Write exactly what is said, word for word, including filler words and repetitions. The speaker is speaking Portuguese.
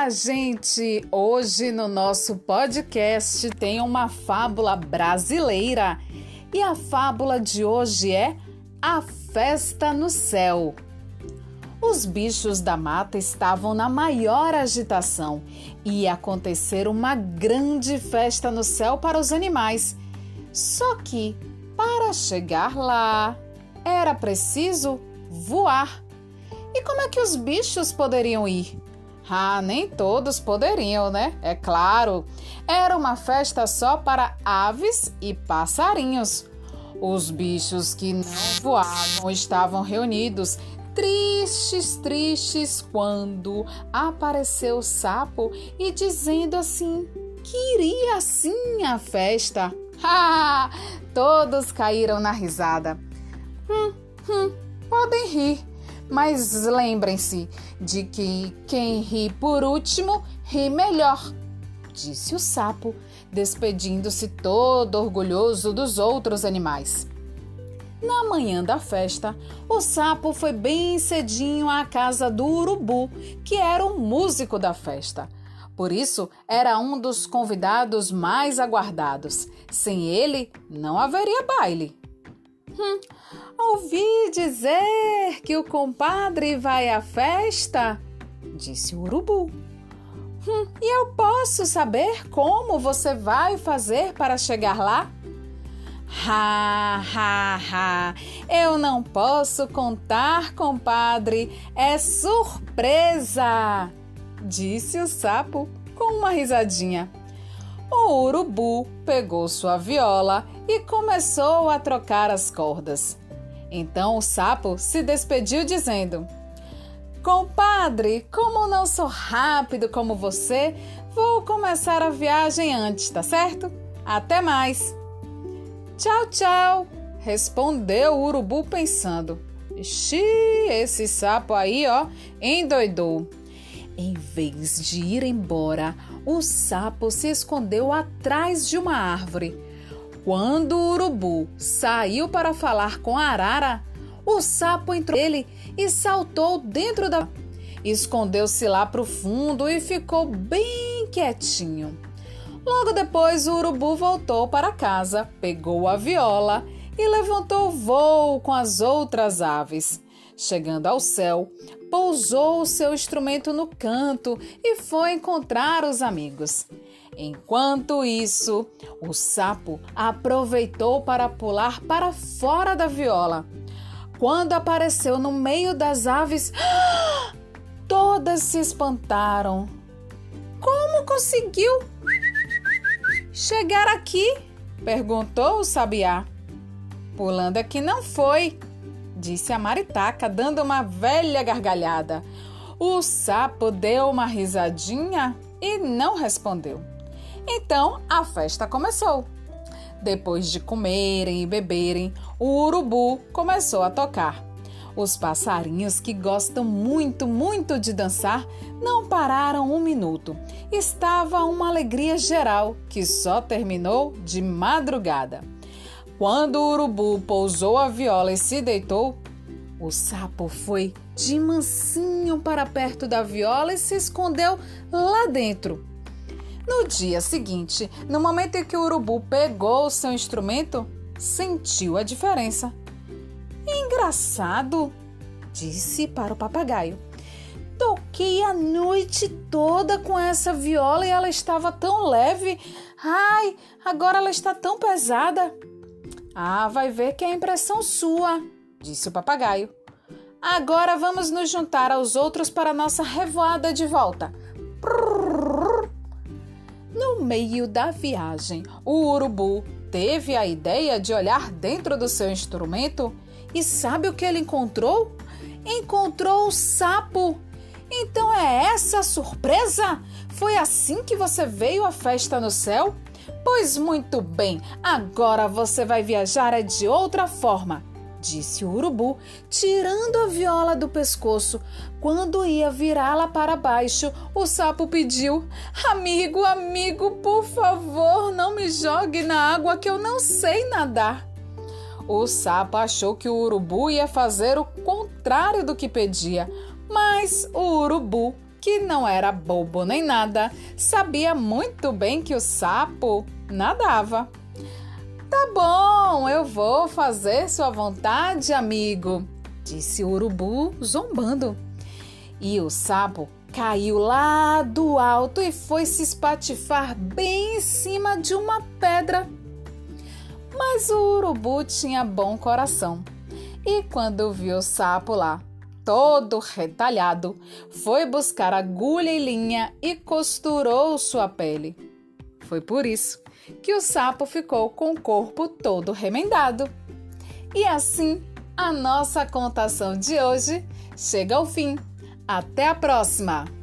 Olá, gente! Hoje no nosso podcast tem uma fábula brasileira e a fábula de hoje é A Festa no Céu. Os bichos da mata estavam na maior agitação e ia acontecer uma grande festa no céu para os animais. Só que, para chegar lá, era preciso voar. E como é que os bichos poderiam ir? Ah, nem todos poderiam, né? É claro, era uma festa só para aves e passarinhos. Os bichos que não voavam estavam reunidos, tristes, tristes, quando apareceu o sapo e dizendo assim, que iria assim a festa. Ah, todos caíram na risada. Hum, hum, podem rir, mas lembrem-se de que quem ri por último ri melhor, disse o sapo, despedindo-se todo orgulhoso dos outros animais. Na manhã da festa, o sapo foi bem cedinho à casa do urubu, que era o músico da festa. Por isso, era um dos convidados mais aguardados. Sem ele, não haveria baile. Hum, ouvi dizer que o compadre vai à festa, disse o urubu. Hum, e eu posso saber como você vai fazer para chegar lá? Ha, ha, ha, eu não posso contar, compadre, é surpresa, disse o sapo com uma risadinha. O urubu pegou sua viola e começou a trocar as cordas. Então o sapo se despediu dizendo, compadre, como não sou rápido como você, vou começar a viagem antes, tá certo? Até mais! Tchau, tchau, respondeu o urubu pensando. Ixi, esse sapo aí, ó, endoidou. Em vez de ir embora, o sapo se escondeu atrás de uma árvore. Quando o urubu saiu para falar com a arara, o sapo entrou nele e saltou dentro da... Escondeu-se lá pro fundo e ficou bem quietinho. Logo depois, o urubu voltou para casa, pegou a viola e levantou voo com as outras aves. Chegando ao céu, pousou o seu instrumento no canto e foi encontrar os amigos. Enquanto isso, o sapo aproveitou para pular para fora da viola. Quando apareceu no meio das aves, todas se espantaram. Como conseguiu chegar aqui? Perguntou o sabiá. Pulando é que não foi, disse a maritaca, dando uma velha gargalhada. O sapo deu uma risadinha e não respondeu. Então a festa começou. Depois de comerem e beberem, o urubu começou a tocar. Os passarinhos, que gostam muito, muito de dançar, não pararam um minuto. Estava uma alegria geral que só terminou de madrugada. Quando o urubu pousou a viola e se deitou, o sapo foi de mansinho para perto da viola e se escondeu lá dentro. No dia seguinte, no momento em que o urubu pegou o seu instrumento, sentiu a diferença. Engraçado, disse para o papagaio. Toquei a noite toda com essa viola e ela estava tão leve. Ai, agora ela está tão pesada. Ah, vai ver que é impressão sua, disse o papagaio. Agora vamos nos juntar aos outros para nossa revoada de volta. No meio da viagem, o urubu teve a ideia de olhar dentro do seu instrumento e sabe o que ele encontrou? Encontrou o sapo. Então é essa a surpresa? Foi assim que você veio à festa no céu? Pois muito bem, agora você vai viajar é de outra forma, disse o urubu, tirando a viola do pescoço. Quando ia virá-la para baixo, o sapo pediu, amigo, amigo, por favor, não me jogue na água que eu não sei nadar. O sapo achou que o urubu ia fazer o contrário do que pedia, mas o urubu que não era bobo nem nada, sabia muito bem que o sapo nadava. Tá bom, eu vou fazer sua vontade, amigo, disse o urubu zombando. E o sapo caiu lá do alto e foi se espatifar bem em cima de uma pedra. Mas o urubu tinha bom coração e quando viu o sapo lá, todo retalhado, foi buscar agulha e linha e costurou sua pele. Foi por isso que o sapo ficou com o corpo todo remendado. E assim, a nossa contação de hoje chega ao fim. Até a próxima!